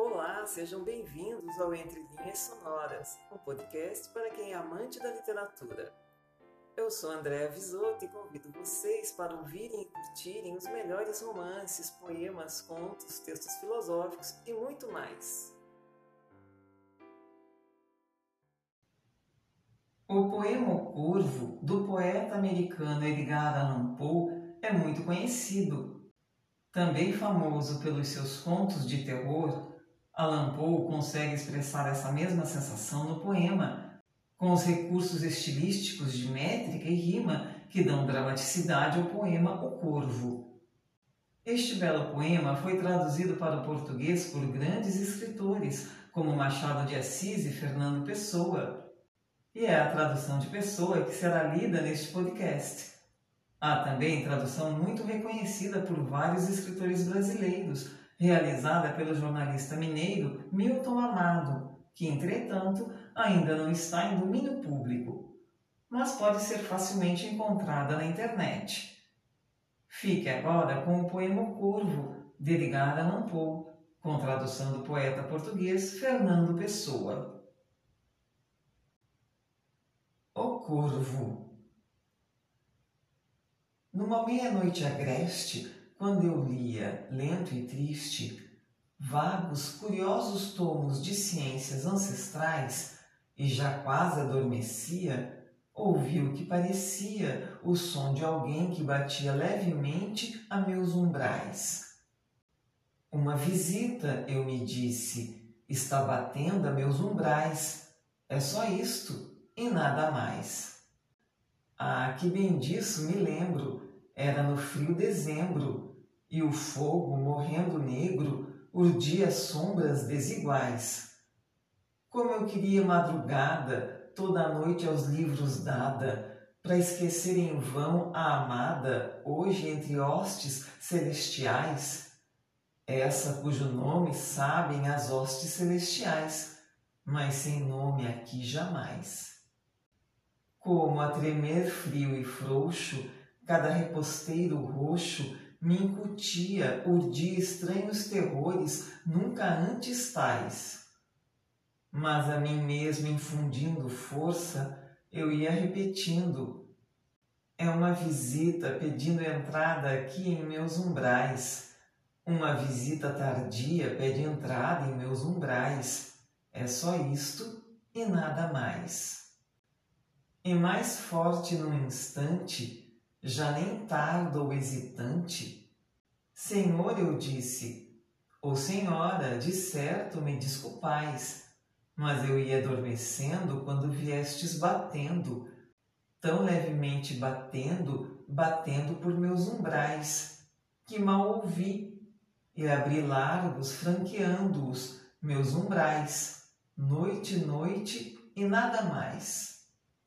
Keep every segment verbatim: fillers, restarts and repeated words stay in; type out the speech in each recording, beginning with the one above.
Olá, sejam bem-vindos ao Entre Linhas Sonoras, um podcast para quem é amante da literatura. Eu sou Andréa Visoto e convido vocês para ouvirem e curtirem os melhores romances, poemas, contos, textos filosóficos e muito mais. O poema O Corvo, do poeta americano Edgar Allan Poe, é muito conhecido. Também famoso pelos seus contos de terror, Allan Poe consegue expressar essa mesma sensação no poema, com os recursos estilísticos de métrica e rima que dão dramaticidade ao poema O Corvo. Este belo poema foi traduzido para o português por grandes escritores, como Machado de Assis e Fernando Pessoa, e é a tradução de Pessoa que será lida neste podcast. Há também tradução muito reconhecida por vários escritores brasileiros, realizada pelo jornalista mineiro Milton Amado, que, entretanto, ainda não está em domínio público, mas pode ser facilmente encontrada na internet. Fique agora com o poema O Corvo, de Edgar Allan Poe, com tradução do poeta português Fernando Pessoa. O Corvo. Numa meia-noite agreste, quando eu lia, lento e triste, vagos, curiosos tomos de ciências ancestrais, e já quase adormecia, ouvi o que parecia o som de alguém que batia levemente a meus umbrais. Uma visita, eu me disse, está batendo a meus umbrais. É só isto e nada mais. Ah, que bem disso me lembro, era no frio dezembro, e o fogo, morrendo negro, urdia sombras desiguais. Como eu queria madrugada, toda a noite aos livros dada, para esquecer em vão a amada, hoje entre hostes celestiais, essa cujo nome sabem as hostes celestiais, mas sem nome aqui jamais. Como a tremer frio e frouxo, cada reposteiro roxo me incutia, urdia estranhos terrores nunca antes tais. Mas a mim mesmo infundindo força, eu ia repetindo: é uma visita pedindo entrada aqui em meus umbrais. Uma visita tardia pede entrada em meus umbrais. É só isto e nada mais. E mais forte num instante, já nem tardo ou hesitante, Senhor, eu disse, ou Senhora, de certo me desculpais, mas eu ia adormecendo quando viestes batendo, tão levemente batendo, batendo por meus umbrais, que mal ouvi, e abri largos, franqueando-os, meus umbrais, noite, noite e nada mais.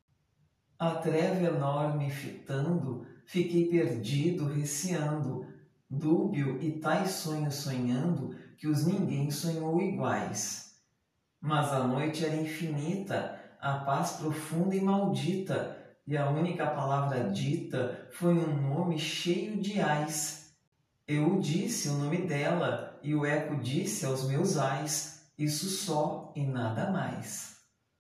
A treva enorme fitando, fiquei perdido, receando, dúbio e tais sonhos sonhando que os ninguém sonhou iguais. Mas a noite era infinita, a paz profunda e maldita, e a única palavra dita foi um nome cheio de ais. Eu disse o nome dela, e o eco disse aos meus ais, isso só e nada mais.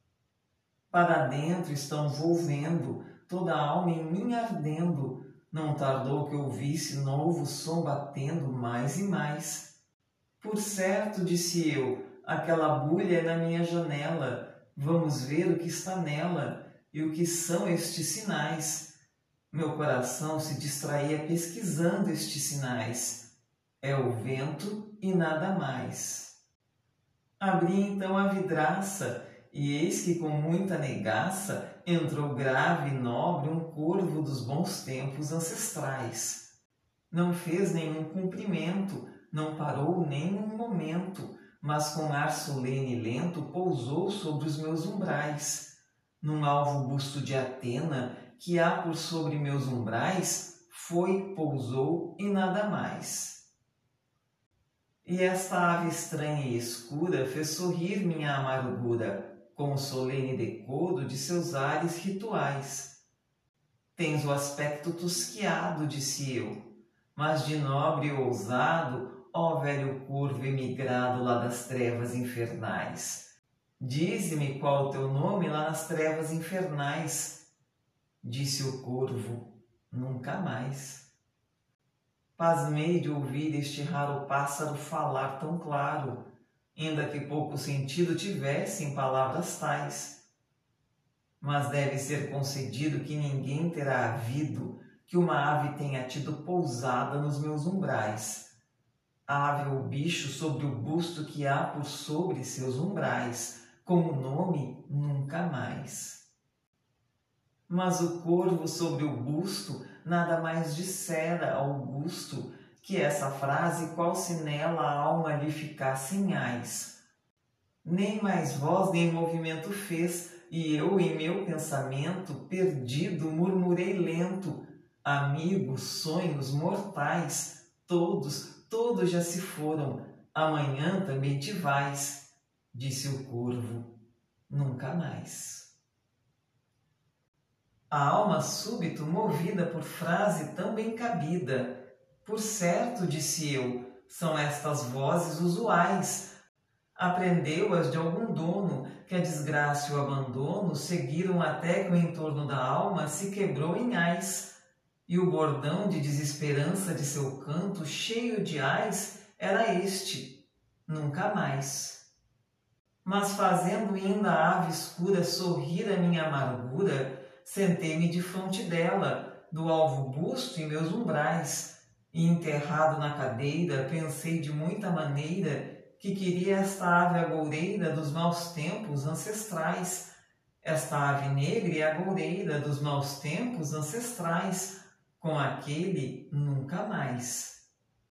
Para dentro estão volvendo, toda a alma em mim ardendo. Não tardou que ouvisse novo som batendo mais e mais. Por certo, disse eu, aquela bulha é na minha janela. Vamos ver o que está nela e o que são estes sinais. Meu coração se distraía pesquisando estes sinais. É o vento e nada mais. Abri então a vidraça, e eis que com muita negaça entrou grave e nobre um corvo dos bons tempos ancestrais. Não fez nenhum cumprimento, não parou nem um momento, mas com ar solene e lento pousou sobre os meus umbrais. Num alvo busto de Atena, que há por sobre meus umbrais, foi, pousou e nada mais. E esta ave estranha e escura fez sorrir minha amargura, com o solene decoro de seus ares rituais. Tens o aspecto tosquiado, disse eu, mas de nobre e ousado, ó velho corvo emigrado lá das trevas infernais. Dize-me qual o teu nome lá nas trevas infernais. Disse o corvo: nunca mais. Pasmei de ouvir este raro pássaro falar tão claro, ainda que pouco sentido tivesse em palavras tais. Mas deve ser concedido que ninguém terá havido que uma ave tenha tido pousada nos meus umbrais. Ave ou bicho sobre o busto que há por sobre seus umbrais, como nome nunca mais. Mas o corvo sobre o busto nada mais dissera ao busto que essa frase, qual se nela a alma lhe ficasse em ais. Nem mais voz nem movimento fez, e eu em meu pensamento, perdido, murmurei lento: amigos, sonhos mortais, todos, todos já se foram, amanhã também te vais. Disse o corvo: nunca mais. A alma súbito, movida por frase tão bem cabida, por certo, disse eu, são estas vozes usuais. Aprendeu-as de algum dono, que a desgraça e o abandono seguiram até que o entorno da alma se quebrou em ais. E o bordão de desesperança de seu canto, cheio de ais, era este: nunca mais. Mas fazendo ainda a ave escura sorrir a minha amargura, sentei-me de fronte dela, do alvo busto em meus umbrais, e enterrado na cadeira, pensei de muita maneira que queria esta ave agoureira dos maus tempos ancestrais, esta ave negra e agoureira dos maus tempos ancestrais, com aquele nunca mais.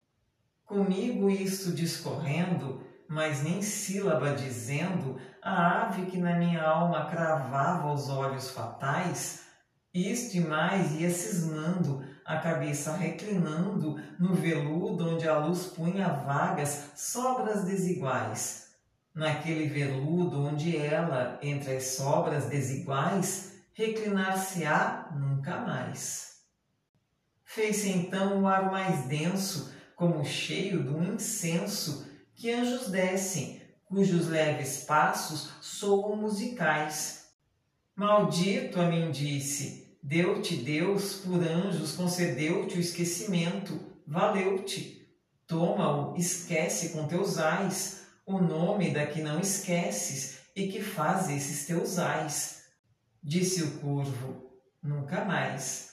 Comigo isto discorrendo, mas nem sílaba dizendo, a ave que na minha alma cravava os olhos fatais, isto e mais ia cismando, a cabeça reclinando no veludo onde a luz punha vagas sobras desiguais. Naquele veludo onde ela, entre as sobras desiguais, reclinar-se-á nunca mais. Fez-se então o ar mais denso, como cheio de um incenso, que anjos descem, cujos leves passos soam musicais. Maldito, a mim disse, deu-te Deus, por anjos, concedeu-te o esquecimento, valeu-te. Toma-o, esquece com teus ais, o nome da que não esqueces e que faz esses teus ais. Disse o corvo: nunca mais.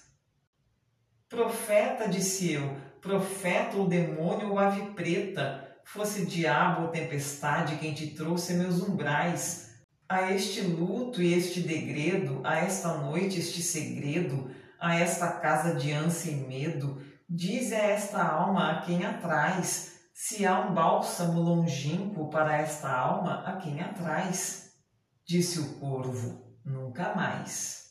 Profeta, disse eu, profeta ou demônio ou ave preta, fosse diabo ou tempestade quem te trouxe a meus umbrais, a este luto e este degredo, a esta noite este segredo, a esta casa de ânsia e medo, dize a esta alma a quem atrás, se há um bálsamo longínquo para esta alma a quem atrás. Disse o corvo: nunca mais.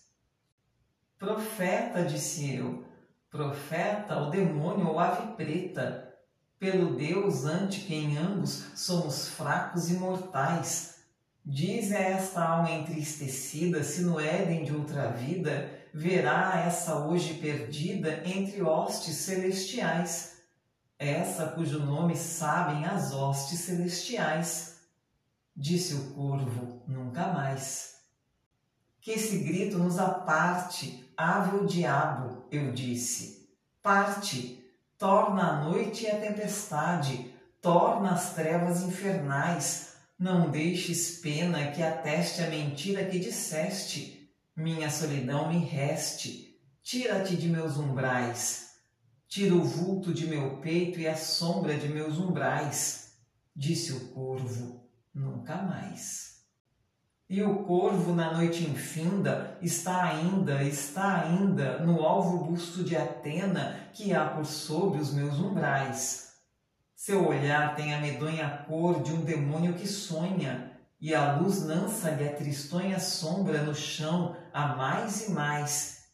Profeta, disse eu, profeta ou demônio ou ave preta, pelo Deus ante quem ambos somos fracos e mortais, diz a esta alma entristecida se no Éden de outra vida verá essa hoje perdida entre hostes celestiais, essa cujo nome sabem as hostes celestiais. Disse o corvo: nunca mais. Que esse grito nos aparte, ave ou diabo, eu disse. Parte, torna a noite e a tempestade, torna as trevas infernais, não deixes pena que ateste a mentira que disseste, minha solidão me reste, tira-te de meus umbrais, tira o vulto de meu peito e a sombra de meus umbrais. Disse o corvo: nunca mais. E o corvo na noite infinda está ainda, está ainda no alvo busto de Atena que há por sobre os meus umbrais. Seu olhar tem a medonha cor de um demônio que sonha, e a luz lança-lhe a tristonha sombra no chão a mais e mais.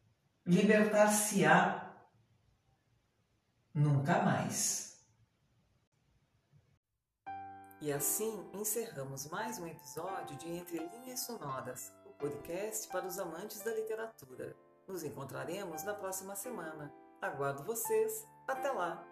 Libertar-se-á nunca mais. E assim encerramos mais um episódio de Entre Linhas Sonoras, o podcast para os amantes da literatura. Nos encontraremos na próxima semana. Aguardo vocês. Até lá!